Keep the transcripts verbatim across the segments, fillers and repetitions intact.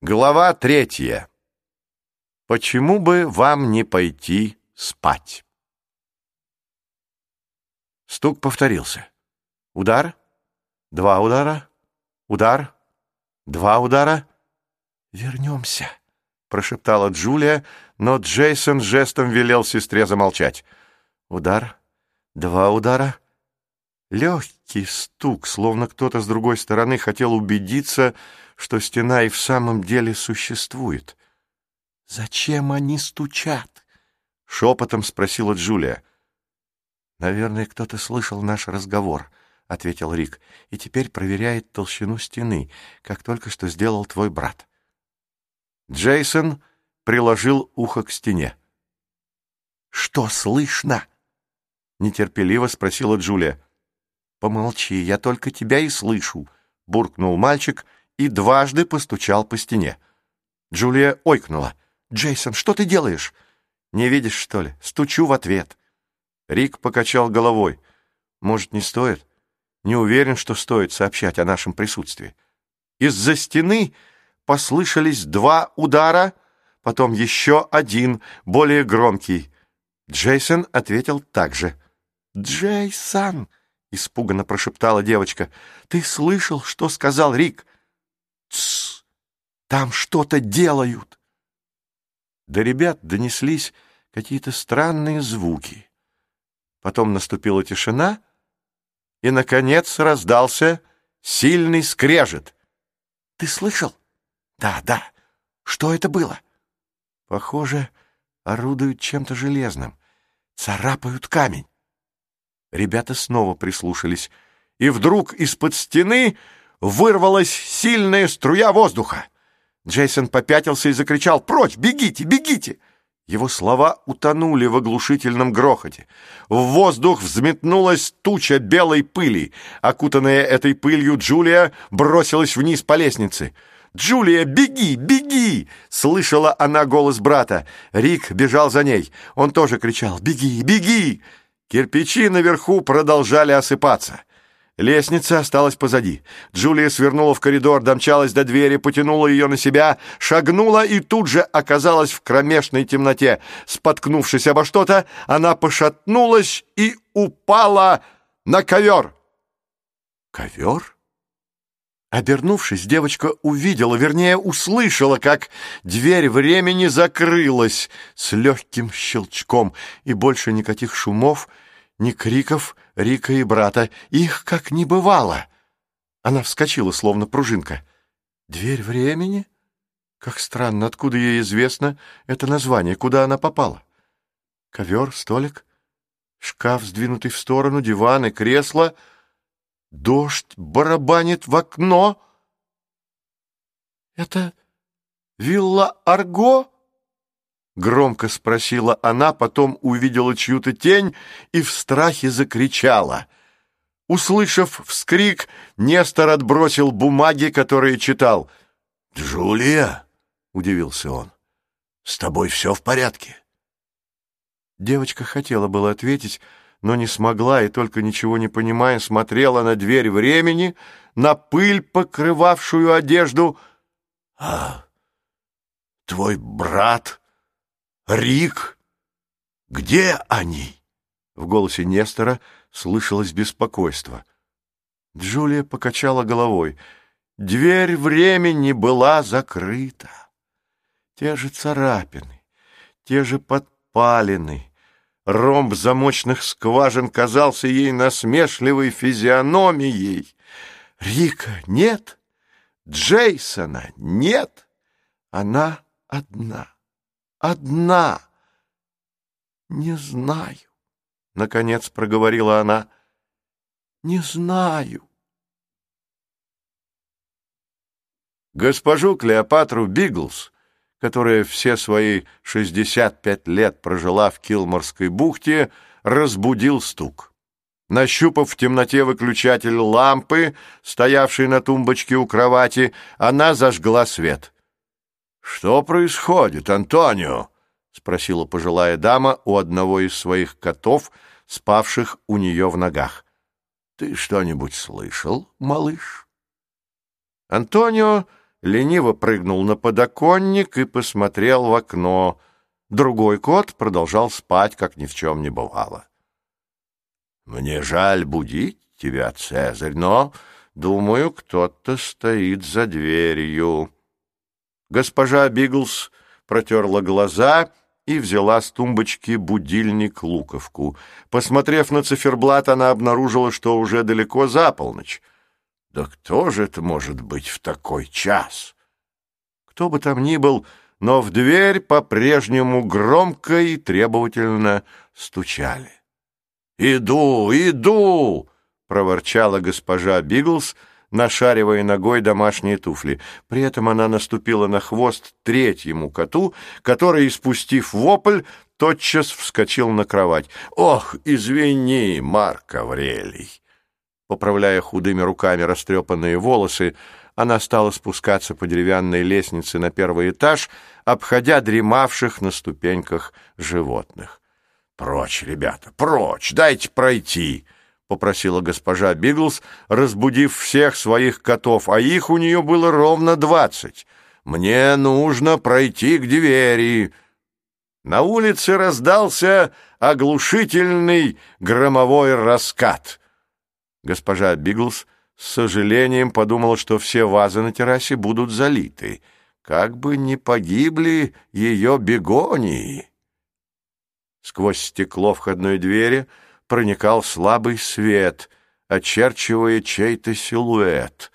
Глава третья. Почему бы вам не пойти спать? Стук повторился. Удар, два удара, удар, два удара. «Вернемся», — прошептала Джулия, но Джейсон жестом велел сестре замолчать. Удар, два удара. Легкий стук, словно кто-то с другой стороны хотел убедиться, что стена и в самом деле существует. «Зачем они стучат?» — шепотом спросила Джулия. «Наверное, кто-то слышал наш разговор», — ответил Рик, «и теперь проверяет толщину стены, как только что сделал твой брат». Джейсон приложил ухо к стене. «Что слышно?» — нетерпеливо спросила Джулия. «Помолчи, я только тебя и слышу», — буркнул мальчик и дважды постучал по стене. Джулия ойкнула. «Джейсон, что ты делаешь?» «Не видишь, что ли? Стучу в ответ». Рик покачал головой. «Может, не стоит? Не уверен, что стоит сообщать о нашем присутствии». Из-за стены послышались два удара, потом еще один, более громкий. Джейсон ответил так же. «Джейсон!» — испуганно прошептала девочка. «Ты слышал, что сказал Рик?» «Тссс! Там что-то делают!» До ребят донеслись какие-то странные звуки. Потом наступила тишина, и, наконец, раздался сильный скрежет. «Ты слышал?» «Да, да. Что это было?» «Похоже, орудуют чем-то железным. Царапают камень». Ребята снова прислушались, и вдруг из-под стены вырвалась сильная струя воздуха. Джейсон попятился и закричал: «Прочь! Бегите! Бегите!» Его слова утонули в оглушительном грохоте. В воздух взметнулась туча белой пыли. Окутанная этой пылью, Джулия бросилась вниз по лестнице. «Джулия, беги! Беги!» — слышала она голос брата. Рик бежал за ней. Он тоже кричал: «Беги! Беги!» Кирпичи наверху продолжали осыпаться. Лестница осталась позади. Джулия свернула в коридор, домчалась до двери, потянула ее на себя, шагнула и тут же оказалась в кромешной темноте. Споткнувшись обо что-то, она пошатнулась и упала на ковер. Ковер? Обернувшись, девочка увидела, вернее, услышала, как дверь времени закрылась с легким щелчком, и больше никаких шумов, ни криков Рика и брата. Их как не бывало. Она вскочила, словно пружинка. «Дверь времени? Как странно, откуда ей известно это название, куда она попала? Ковер, столик, шкаф, сдвинутый в сторону, диван и кресло. Дождь барабанит в окно. Это вилла Арго?» Громко спросила она, потом увидела чью-то тень и в страхе закричала. Услышав вскрик, Нестор отбросил бумаги, которые читал. «Джулия?» — удивился он. «С тобой все в порядке?» Девочка хотела было ответить, но не смогла и, только ничего не понимая, смотрела на дверь времени, на пыль, покрывавшую одежду. «А твой брат... Рик? Где они?» В голосе Нестора слышалось беспокойство. Джулия покачала головой. Дверь времени была закрыта. Те же царапины, те же подпалины. Ромб замочных скважин казался ей насмешливой физиономией. Рика нет, Джейсона нет. Она одна. Одна. «Не знаю», — наконец проговорила она. «Не знаю». Госпожу Клеопатру Бигглс, которая все свои шестьдесят пять лет прожила в Килморской бухте, разбудил стук. Нащупав в темноте выключатель лампы, стоявшей на тумбочке у кровати, она зажгла свет. «Что происходит, Антонио?» — спросила пожилая дама у одного из своих котов, спавших у нее в ногах. «Ты что-нибудь слышал, малыш?» Антонио лениво прыгнул на подоконник и посмотрел в окно. Другой кот продолжал спать, как ни в чем не бывало. «Мне жаль будить тебя, Цезарь, но, думаю, кто-то стоит за дверью». Госпожа Бигглс протерла глаза и взяла с тумбочки будильник-луковку. Посмотрев на циферблат, она обнаружила, что уже далеко за полночь. Да кто же это может быть в такой час? Кто бы там ни был, но в дверь по-прежнему громко и требовательно стучали. «Иду, иду!» — проворчала госпожа Бигглс, нашаривая ногой домашние туфли. При этом она наступила на хвост третьему коту, который, испустив вопль, тотчас вскочил на кровать. «Ох, извини, Марк Аврелий!» Поправляя худыми руками растрепанные волосы, она стала спускаться по деревянной лестнице на первый этаж, обходя дремавших на ступеньках животных. «Прочь, ребята, прочь! Дайте пройти!» — попросила госпожа Бигглс, разбудив всех своих котов, а их у нее было ровно двадцать. «Мне нужно пройти к двери». На улице раздался оглушительный громовой раскат. Госпожа Бигглс с сожалением подумала, что все вазы на террасе будут залиты. Как бы не погибли ее бегонии! Сквозь стекло входной двери проникал слабый свет, очерчивая чей-то силуэт.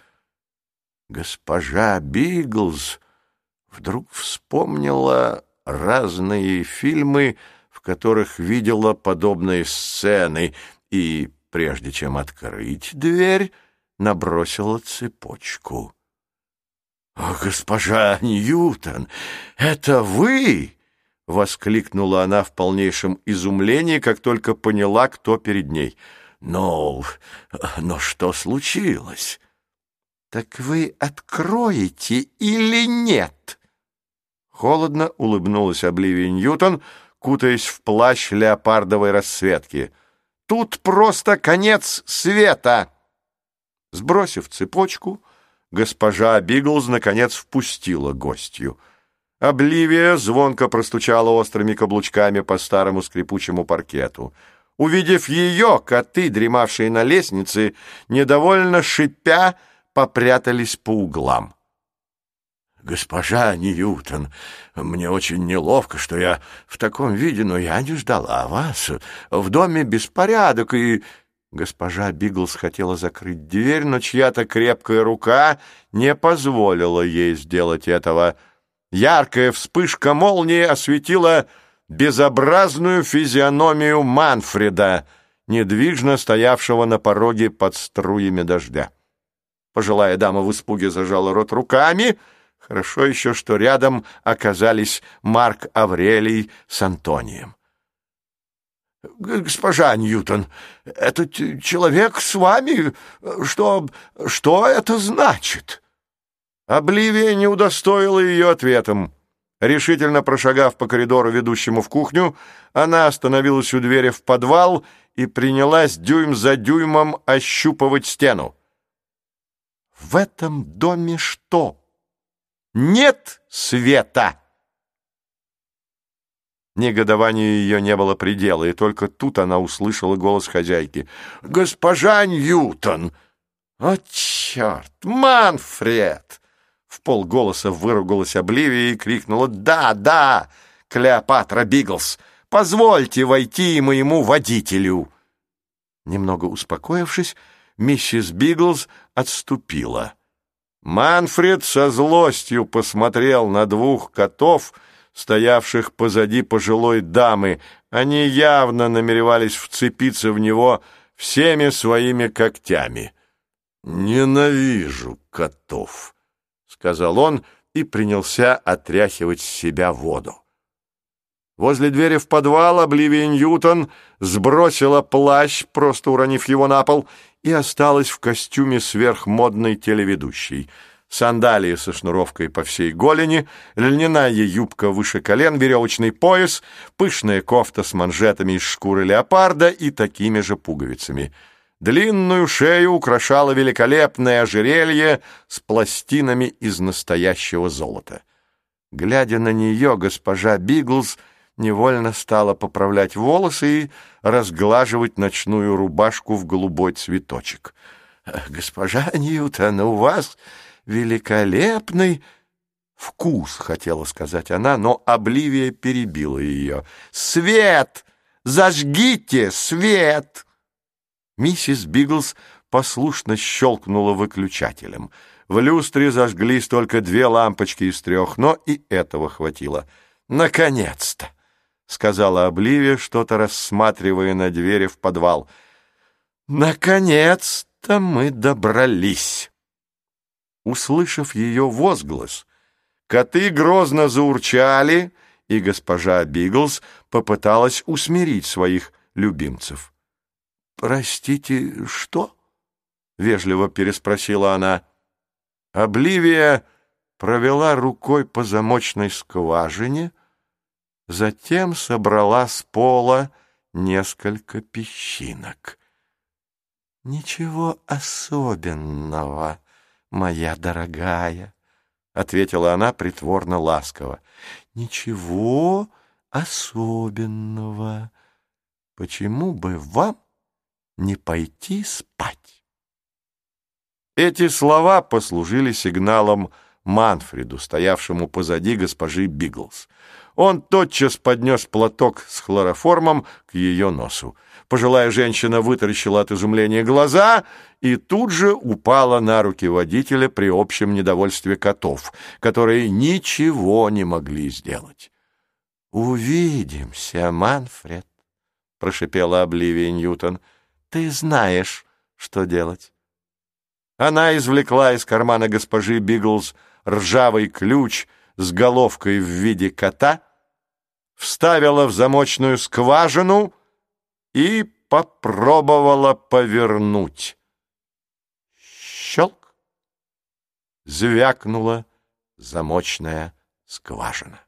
Госпожа Бигглс вдруг вспомнила разные фильмы, в которых видела подобные сцены, и, прежде чем открыть дверь, набросила цепочку. «О, госпожа Ньютон, это вы?» — воскликнула она в полнейшем изумлении, как только поняла, кто перед ней. «Но... но что случилось?» «Так вы откроете или нет?» Холодно улыбнулась Обливия Ньютон, кутаясь в плащ леопардовой расцветки. «Тут просто конец света!» Сбросив цепочку, госпожа Бигглс наконец впустила гостью. Обливия звонко простучала острыми каблучками по старому скрипучему паркету. Увидев ее, коты, дремавшие на лестнице, недовольно шипя, попрятались по углам. «Госпожа Ньютон, мне очень неловко, что я в таком виде, но я не ждала вас. В доме беспорядок, и...» Госпожа Бигглс хотела закрыть дверь, но чья-то крепкая рука не позволила ей сделать этого. Яркая вспышка молнии осветила безобразную физиономию Манфреда, недвижно стоявшего на пороге под струями дождя. Пожилая дама в испуге зажала рот руками. Хорошо еще, что рядом оказались Марк Аврелий с Антонием. «Госпожа Ньютон, этот человек с вами? Что... что это значит?» Обливия не удостоила ее ответом. Решительно прошагав по коридору, ведущему в кухню, она остановилась у двери в подвал и принялась дюйм за дюймом ощупывать стену. «В этом доме что? Нет света!» Негодованию ее не было предела, и только тут она услышала голос хозяйки. «Госпожа Ньютон!» «О, черт! Манфред!» В полголоса выругалась Обливия и крикнула: «Да, да, Клеопатра Бигглс, позвольте войти моему водителю!» Немного успокоившись, миссис Бигглс отступила. Манфред со злостью посмотрел на двух котов, стоявших позади пожилой дамы. Они явно намеревались вцепиться в него всеми своими когтями. «Ненавижу котов», — сказал он и принялся отряхивать с себя воду. Возле двери в подвал Обливия Ньютон сбросила плащ, просто уронив его на пол, и осталась в костюме сверхмодной телеведущей. Сандалии со шнуровкой по всей голени, льняная юбка выше колен, веревочный пояс, пышная кофта с манжетами из шкуры леопарда и такими же пуговицами. Длинную шею украшало великолепное ожерелье с пластинами из настоящего золота. Глядя на нее, госпожа Бигглс невольно стала поправлять волосы и разглаживать ночную рубашку в голубой цветочек. «Госпожа Ньютон, у вас великолепный вкус», — хотела сказать она, но Обливия перебила ее. «Свет! Зажгите свет!» Миссис Бигглс послушно щелкнула выключателем. В люстре зажглись только две лампочки из трех, но и этого хватило. «Наконец-то!» — сказала Обливия, что-то рассматривая на двери в подвал. «Наконец-то мы добрались!» Услышав ее возглас, коты грозно заурчали, и госпожа Бигглс попыталась усмирить своих любимцев. «Простите, что?» — вежливо переспросила она. Обливия провела рукой по замочной скважине, затем собрала с пола несколько песчинок. «Ничего особенного, моя дорогая», — ответила она притворно ласково. «Ничего особенного. Почему бы вам не пойти спать?» Эти слова послужили сигналом Манфреду, стоявшему позади госпожи Бигглс. Он тотчас поднес платок с хлороформом к ее носу. Пожилая женщина вытаращила от изумления глаза и тут же упала на руки водителя при общем недовольстве котов, которые ничего не могли сделать. «Увидимся, Манфред», — прошипела Обливия Ньютон. «Ты знаешь, что делать». Она извлекла из кармана госпожи Бигглс ржавый ключ с головкой в виде кота, вставила в замочную скважину и попробовала повернуть. Щелк! Звякнула замочная скважина.